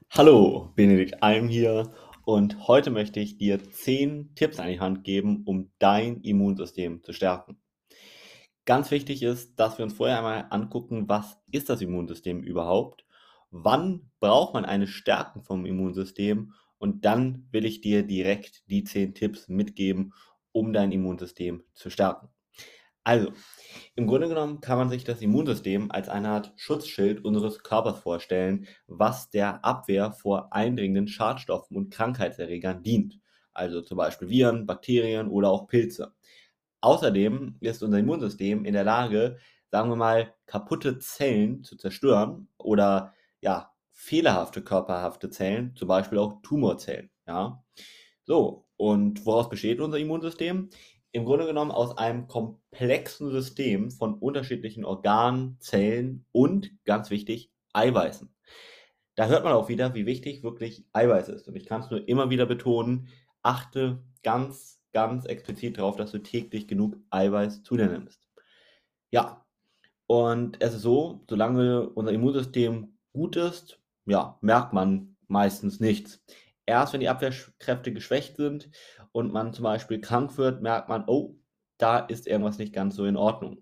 Hallo, Benedikt Alm hier und heute möchte ich dir 10 Tipps an die Hand geben, um dein Immunsystem zu stärken. Ganz wichtig ist, dass wir uns vorher einmal angucken, was ist das Immunsystem überhaupt? Wann braucht man eine Stärkung vom Immunsystem? Und dann will ich dir direkt die 10 Tipps mitgeben, um dein Immunsystem zu stärken. Also, im Grunde genommen kann man sich das Immunsystem als eine Art Schutzschild unseres Körpers vorstellen, was der Abwehr vor eindringenden Schadstoffen und Krankheitserregern dient. Also zum Beispiel Viren, Bakterien oder auch Pilze. Außerdem ist unser Immunsystem in der Lage, sagen wir mal, kaputte Zellen zu zerstören oder ja, fehlerhafte körperhafte Zellen, zum Beispiel auch Tumorzellen. Ja? So, und woraus besteht unser Immunsystem? Im Grunde genommen aus einem komplexen System von unterschiedlichen Organen, Zellen und, ganz wichtig, Eiweißen. Da hört man auch wieder, wie wichtig wirklich Eiweiß ist. Und ich kann es nur immer wieder betonen, achte ganz, ganz explizit darauf, dass du täglich genug Eiweiß zu dir nimmst. Ja, und es ist so, solange unser Immunsystem gut ist, ja, merkt man meistens nichts. Erst wenn die Abwehrkräfte geschwächt sind und man zum Beispiel krank wird, merkt man, oh, da ist irgendwas nicht ganz so in Ordnung.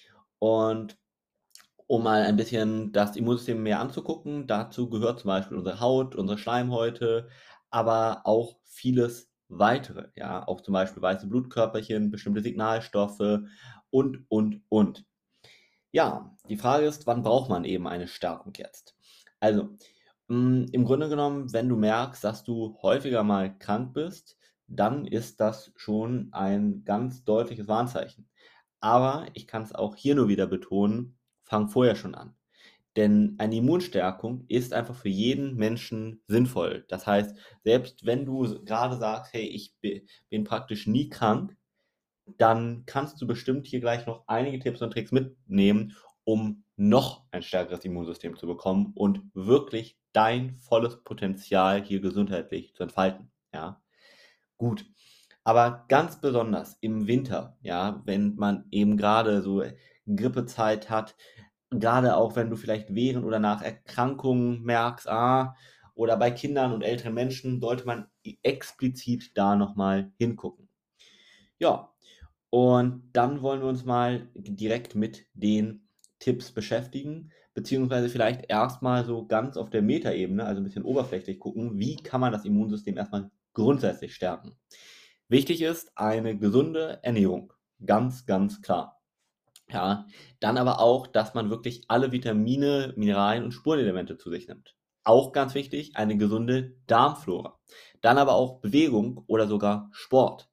Und um mal ein bisschen das Immunsystem mehr anzugucken, dazu gehört zum Beispiel unsere Haut, unsere Schleimhäute, aber auch vieles weitere. Ja, auch zum Beispiel weiße Blutkörperchen, bestimmte Signalstoffe und. Ja, die Frage ist, wann braucht man eben eine Stärkung jetzt? Also, im Grunde genommen, wenn du merkst, dass du häufiger mal krank bist, dann ist das schon ein ganz deutliches Warnzeichen. Aber ich kann es auch hier nur wieder betonen, fang vorher schon an. Denn eine Immunstärkung ist einfach für jeden Menschen sinnvoll. Das heißt, selbst wenn du gerade sagst, hey, bin praktisch nie krank, dann kannst du bestimmt hier gleich noch einige Tipps und Tricks mitnehmen, um noch ein stärkeres Immunsystem zu bekommen und wirklich dein volles Potenzial hier gesundheitlich zu entfalten. Ja, gut. Aber ganz besonders im Winter, ja, wenn man eben gerade so Grippezeit hat, gerade auch wenn du vielleicht während oder nach Erkrankungen merkst, oder bei Kindern und älteren Menschen sollte man explizit da nochmal hingucken. Ja, und dann wollen wir uns mal direkt mit den Tipps beschäftigen, beziehungsweise vielleicht erstmal so ganz auf der Metaebene, also ein bisschen oberflächlich gucken, wie kann man das Immunsystem erstmal grundsätzlich stärken. Wichtig ist eine gesunde Ernährung, ganz, ganz klar. Ja, dann aber auch, dass man wirklich alle Vitamine, Mineralien und Spurenelemente zu sich nimmt. Auch ganz wichtig, eine gesunde Darmflora. Dann aber auch Bewegung oder sogar Sport.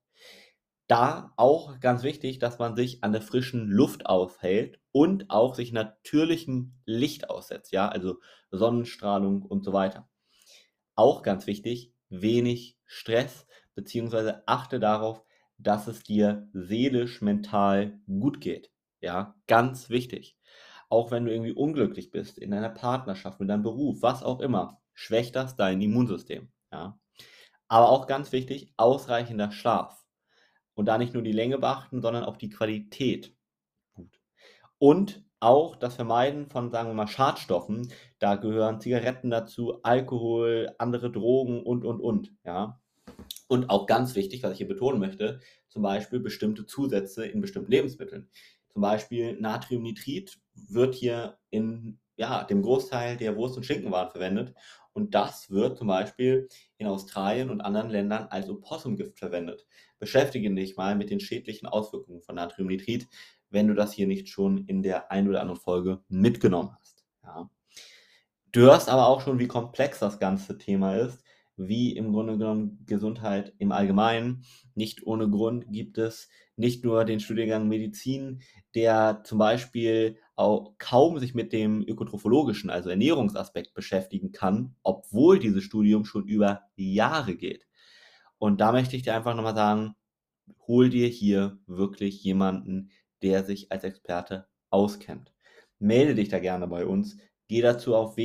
Da auch ganz wichtig, dass man sich an der frischen Luft aufhält und auch sich natürlichem Licht aussetzt, ja, also Sonnenstrahlung und so weiter. Auch ganz wichtig, wenig Stress, beziehungsweise achte darauf, dass es dir seelisch, mental gut geht. Ja, ganz wichtig. Auch wenn du irgendwie unglücklich bist in deiner Partnerschaft, mit deinem Beruf, was auch immer, schwächt das dein Immunsystem. Ja. Aber auch ganz wichtig, ausreichender Schlaf. Und da nicht nur die Länge beachten, sondern auch die Qualität. Gut. Und auch das Vermeiden von, sagen wir mal, Schadstoffen. Da gehören Zigaretten dazu, Alkohol, andere Drogen und, ja. Und auch ganz wichtig, was ich hier betonen möchte, zum Beispiel bestimmte Zusätze in bestimmten Lebensmitteln. Zum Beispiel Natriumnitrit wird hier in ja, dem Großteil der Wurst- und Schinkenwaren verwendet. Und das wird zum Beispiel in Australien und anderen Ländern als Opossumgift verwendet. Beschäftige dich mal mit den schädlichen Auswirkungen von Natriumnitrit, wenn du das hier nicht schon in der ein oder anderen Folge mitgenommen hast. Ja. Du hörst aber auch schon, wie komplex das ganze Thema ist, wie im Grunde genommen Gesundheit im Allgemeinen. Nicht ohne Grund gibt es nicht nur den Studiengang Medizin, der zum Beispiel auch kaum sich mit dem ökotrophologischen, also Ernährungsaspekt beschäftigen kann, obwohl dieses Studium schon über Jahre geht. Und da möchte ich dir einfach nochmal sagen, hol dir hier wirklich jemanden, der sich als Experte auskennt. Melde dich da gerne bei uns. Geh dazu auf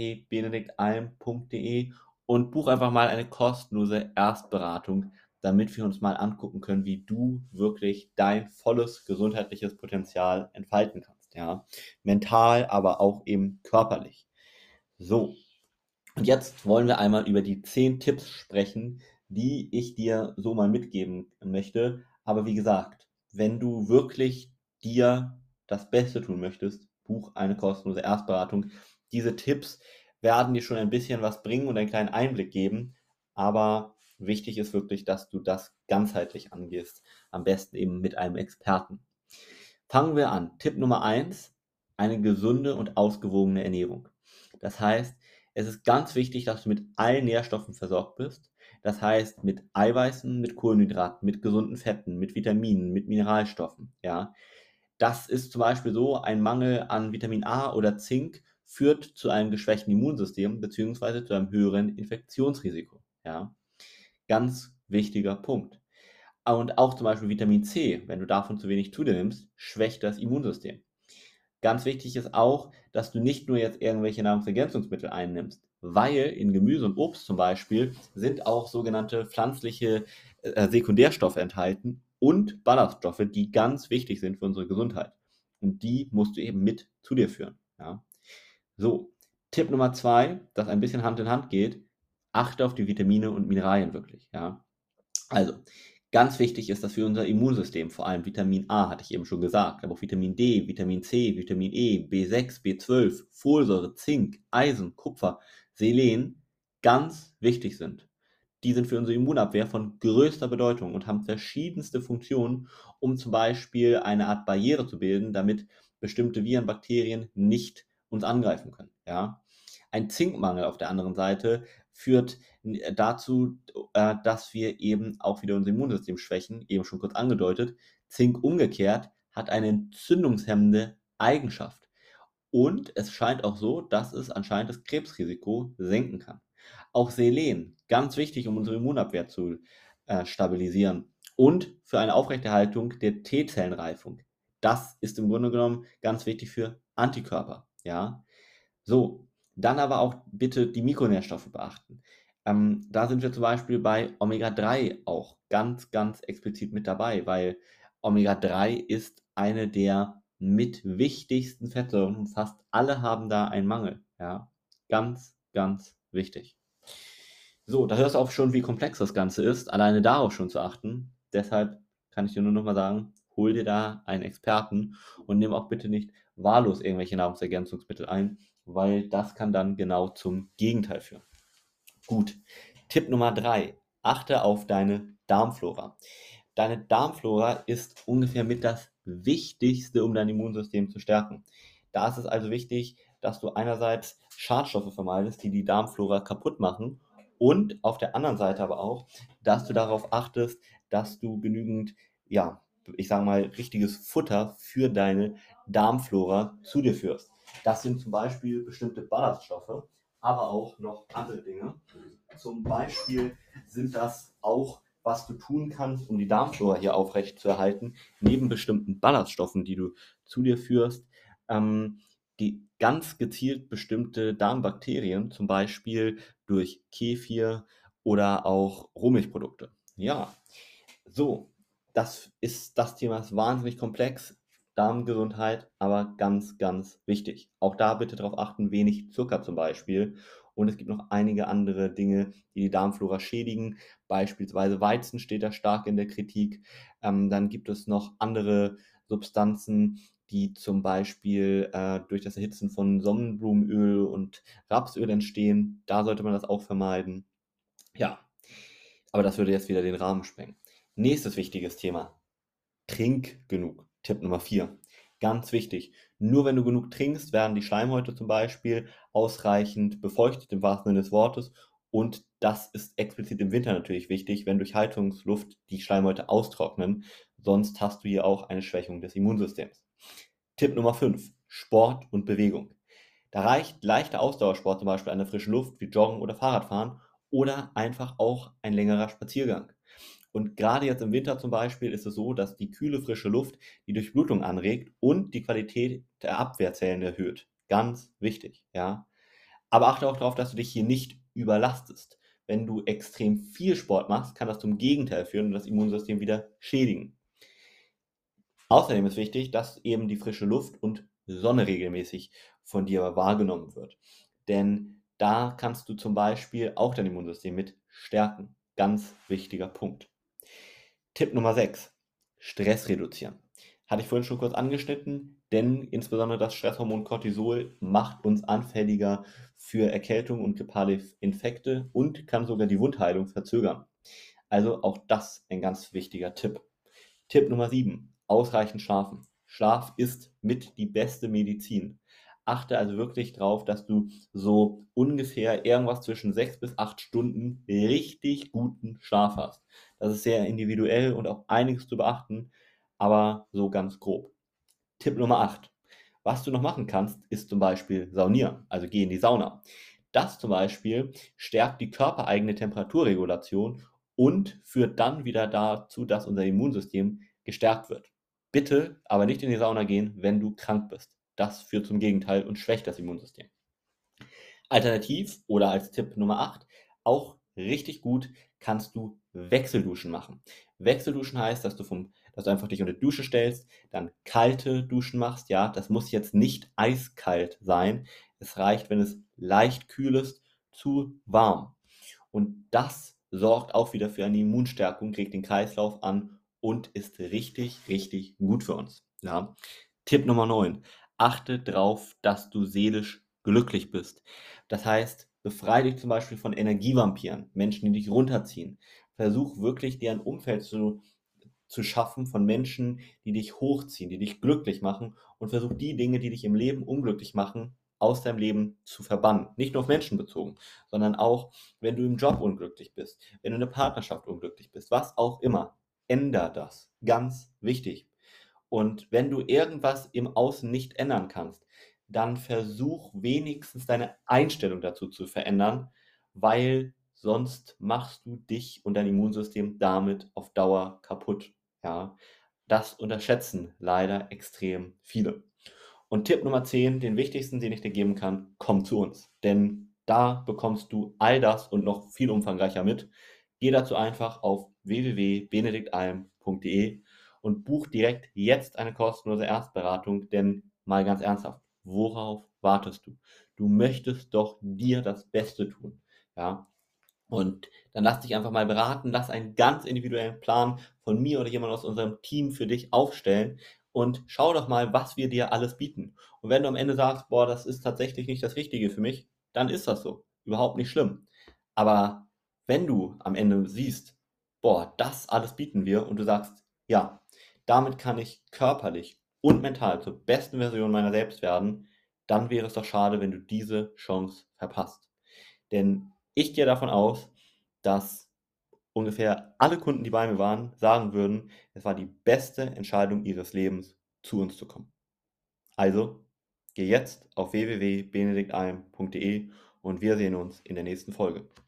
www.benediktalm.de und buch einfach mal eine kostenlose Erstberatung, damit wir uns mal angucken können, wie du wirklich dein volles gesundheitliches Potenzial entfalten kannst. Ja? Mental, aber auch eben körperlich. So, Und jetzt wollen wir einmal über die 10 Tipps sprechen, die ich dir so mal mitgeben möchte. Aber wie gesagt, wenn du wirklich dir das Beste tun möchtest, buch eine kostenlose Erstberatung. Diese Tipps werden dir schon ein bisschen was bringen und einen kleinen Einblick geben, aber wichtig ist wirklich, dass du das ganzheitlich angehst, am besten eben mit einem Experten. Fangen wir an. Tipp Nummer eins: eine gesunde und ausgewogene Ernährung. Das heißt, es ist ganz wichtig, dass du mit allen Nährstoffen versorgt bist. Das heißt, mit Eiweißen, mit Kohlenhydraten, mit gesunden Fetten, mit Vitaminen, mit Mineralstoffen. Ja, das ist zum Beispiel so, ein Mangel an Vitamin A oder Zink führt zu einem geschwächten Immunsystem bzw. zu einem höheren Infektionsrisiko. Ja, ganz wichtiger Punkt. Und auch zum Beispiel Vitamin C, wenn du davon zu wenig zu dir nimmst, schwächt das Immunsystem. Ganz wichtig ist auch, dass du nicht nur jetzt irgendwelche Nahrungsergänzungsmittel einnimmst, weil in Gemüse und Obst zum Beispiel sind auch sogenannte pflanzliche Sekundärstoffe enthalten und Ballaststoffe, die ganz wichtig sind für unsere Gesundheit. Und die musst du eben mit zu dir führen. Ja? So, Tipp Nummer zwei, das ein bisschen Hand in Hand geht: achte auf die Vitamine und Mineralien wirklich. Ja? Also, ganz wichtig ist das für unser Immunsystem, vor allem Vitamin A, hatte ich eben schon gesagt, aber auch Vitamin D, Vitamin C, Vitamin E, B6, B12, Folsäure, Zink, Eisen, Kupfer, Selen ganz wichtig sind. Die sind für unsere Immunabwehr von größter Bedeutung und haben verschiedenste Funktionen, um zum Beispiel eine Art Barriere zu bilden, damit bestimmte Viren, Bakterien nicht uns angreifen können. Ja? Ein Zinkmangel auf der anderen Seite führt dazu, dass wir eben auch wieder unser Immunsystem schwächen, eben schon kurz angedeutet. Zink umgekehrt hat eine entzündungshemmende Eigenschaft. Und es scheint auch so, dass es anscheinend das Krebsrisiko senken kann. Auch Selen, ganz wichtig, um unsere Immunabwehr zu stabilisieren und für eine Aufrechterhaltung der T-Zellenreifung. Das ist im Grunde genommen ganz wichtig für Antikörper. Ja? So, dann aber auch bitte die Mikronährstoffe beachten. Da sind wir zum Beispiel bei Omega-3 auch ganz, ganz explizit mit dabei, weil Omega-3 ist eine der mit wichtigsten Fettsäuren und fast alle haben da einen Mangel. Ja, ganz, ganz wichtig. So, da hörst du auch schon, wie komplex das Ganze ist, alleine darauf schon zu achten. Deshalb kann ich dir nur noch mal sagen, hol dir da einen Experten und nimm auch bitte nicht wahllos irgendwelche Nahrungsergänzungsmittel ein, weil das kann dann genau zum Gegenteil führen. Gut, Tipp Nummer drei: achte auf deine Darmflora. Deine Darmflora ist ungefähr mit das Wichtigste, um dein Immunsystem zu stärken. Da ist es also wichtig, dass du einerseits Schadstoffe vermeidest, die die Darmflora kaputt machen, und auf der anderen Seite aber auch, dass du darauf achtest, dass du genügend, ja, ich sage mal, richtiges Futter für deine Darmflora zu dir führst. Das sind zum Beispiel bestimmte Ballaststoffe, aber auch noch andere Dinge. Zum Beispiel sind das auch, was du tun kannst, um die Darmflora hier aufrecht zu erhalten, neben bestimmten Ballaststoffen, die du zu dir führst, die ganz gezielt bestimmte Darmbakterien, zum Beispiel durch Kefir oder auch Rohmilchprodukte. Ja, so, das Thema ist wahnsinnig komplex. Darmgesundheit, aber ganz, ganz wichtig. Auch da bitte darauf achten, wenig Zucker zum Beispiel. Und es gibt noch einige andere Dinge, die die Darmflora schädigen. Beispielsweise Weizen steht da stark in der Kritik. Dann gibt es noch andere Substanzen, die zum Beispiel durch das Erhitzen von Sonnenblumenöl und Rapsöl entstehen. Da sollte man das auch vermeiden. Ja, aber das würde jetzt wieder den Rahmen sprengen. Nächstes wichtiges Thema: trink genug. Tipp Nummer 4. Ganz wichtig. Nur wenn du genug trinkst, werden die Schleimhäute zum Beispiel ausreichend befeuchtet, im wahrsten Sinne des Wortes. Und das ist explizit im Winter natürlich wichtig, wenn durch Heizungsluft die Schleimhäute austrocknen. Sonst hast du hier auch eine Schwächung des Immunsystems. Tipp Nummer 5. Sport und Bewegung. Da reicht leichter Ausdauersport, zum Beispiel an der frischen Luft, wie Joggen oder Fahrradfahren, oder einfach auch ein längerer Spaziergang. Und gerade jetzt im Winter zum Beispiel ist es so, dass die kühle, frische Luft die Durchblutung anregt und die Qualität der Abwehrzellen erhöht. Ganz wichtig, ja. Aber achte auch darauf, dass du dich hier nicht überlastest. Wenn du extrem viel Sport machst, kann das zum Gegenteil führen und das Immunsystem wieder schädigen. Außerdem ist wichtig, dass eben die frische Luft und Sonne regelmäßig von dir wahrgenommen wird. Denn Da kannst du zum Beispiel auch dein Immunsystem mit stärken. Ganz wichtiger Punkt. Tipp Nummer 6: Stress reduzieren. Hatte ich vorhin schon kurz angeschnitten, denn insbesondere das Stresshormon Cortisol macht uns anfälliger für Erkältung und grippale Infekte und kann sogar die Wundheilung verzögern. Also auch das ein ganz wichtiger Tipp. Tipp Nummer 7: Ausreichend schlafen. Schlaf ist mit die beste Medizin. Achte also wirklich drauf, dass du so ungefähr irgendwas zwischen 6 bis 8 Stunden richtig guten Schlaf hast. Das ist sehr individuell und auch einiges zu beachten, aber so ganz grob. Tipp Nummer 8: Was du noch machen kannst, ist zum Beispiel saunieren, also geh in die Sauna. Das zum Beispiel stärkt die körpereigene Temperaturregulation und führt dann wieder dazu, dass unser Immunsystem gestärkt wird. Bitte aber nicht in die Sauna gehen, wenn du krank bist. Das führt zum Gegenteil und schwächt das Immunsystem. Alternativ oder als Tipp Nummer 8, auch richtig gut, kannst du Wechselduschen machen. Wechselduschen heißt, dass du einfach dich unter die Dusche stellst, dann kalte Duschen machst. Ja, das muss jetzt nicht eiskalt sein. Es reicht, wenn es leicht kühl ist, zu warm. Und das sorgt auch wieder für eine Immunstärkung, regt den Kreislauf an und ist richtig, richtig gut für uns. Ja. Tipp Nummer 9: Achte darauf, dass du seelisch glücklich bist. Das heißt, befreie dich zum Beispiel von Energievampiren, Menschen, die dich runterziehen. Versuch wirklich, dir ein Umfeld zu schaffen von Menschen, die dich hochziehen, die dich glücklich machen, und versuch die Dinge, die dich im Leben unglücklich machen, aus deinem Leben zu verbannen. Nicht nur auf Menschen bezogen, sondern auch, wenn du im Job unglücklich bist, wenn du in der Partnerschaft unglücklich bist, was auch immer. Änder das. Ganz wichtig. Und wenn du irgendwas im Außen nicht ändern kannst, dann versuch wenigstens deine Einstellung dazu zu verändern, weil sonst machst du dich und dein Immunsystem damit auf Dauer kaputt. Ja, das unterschätzen leider extrem viele. Und Tipp Nummer 10, den wichtigsten, den ich dir geben kann: Komm zu uns. Denn da bekommst du all das und noch viel umfangreicher mit. Geh dazu einfach auf www.benediktalm.de und buch direkt jetzt eine kostenlose Erstberatung, denn mal ganz ernsthaft, worauf wartest du? Du möchtest doch dir das Beste tun. Ja, und dann lass dich einfach mal beraten, lass einen ganz individuellen Plan von mir oder jemand aus unserem Team für dich aufstellen und schau doch mal, was wir dir alles bieten. Und wenn du am Ende sagst, boah, das ist tatsächlich nicht das Richtige für mich, dann ist das so. Überhaupt nicht schlimm. Aber wenn du am Ende siehst, boah, das alles bieten wir, und du sagst, ja, damit kann ich körperlich und mental zur besten Version meiner selbst werden, dann wäre es doch schade, wenn du diese Chance verpasst. Denn ich gehe davon aus, dass ungefähr alle Kunden, die bei mir waren, sagen würden, es war die beste Entscheidung ihres Lebens, zu uns zu kommen. Also, geh jetzt auf www.benediktalm.de und wir sehen uns in der nächsten Folge.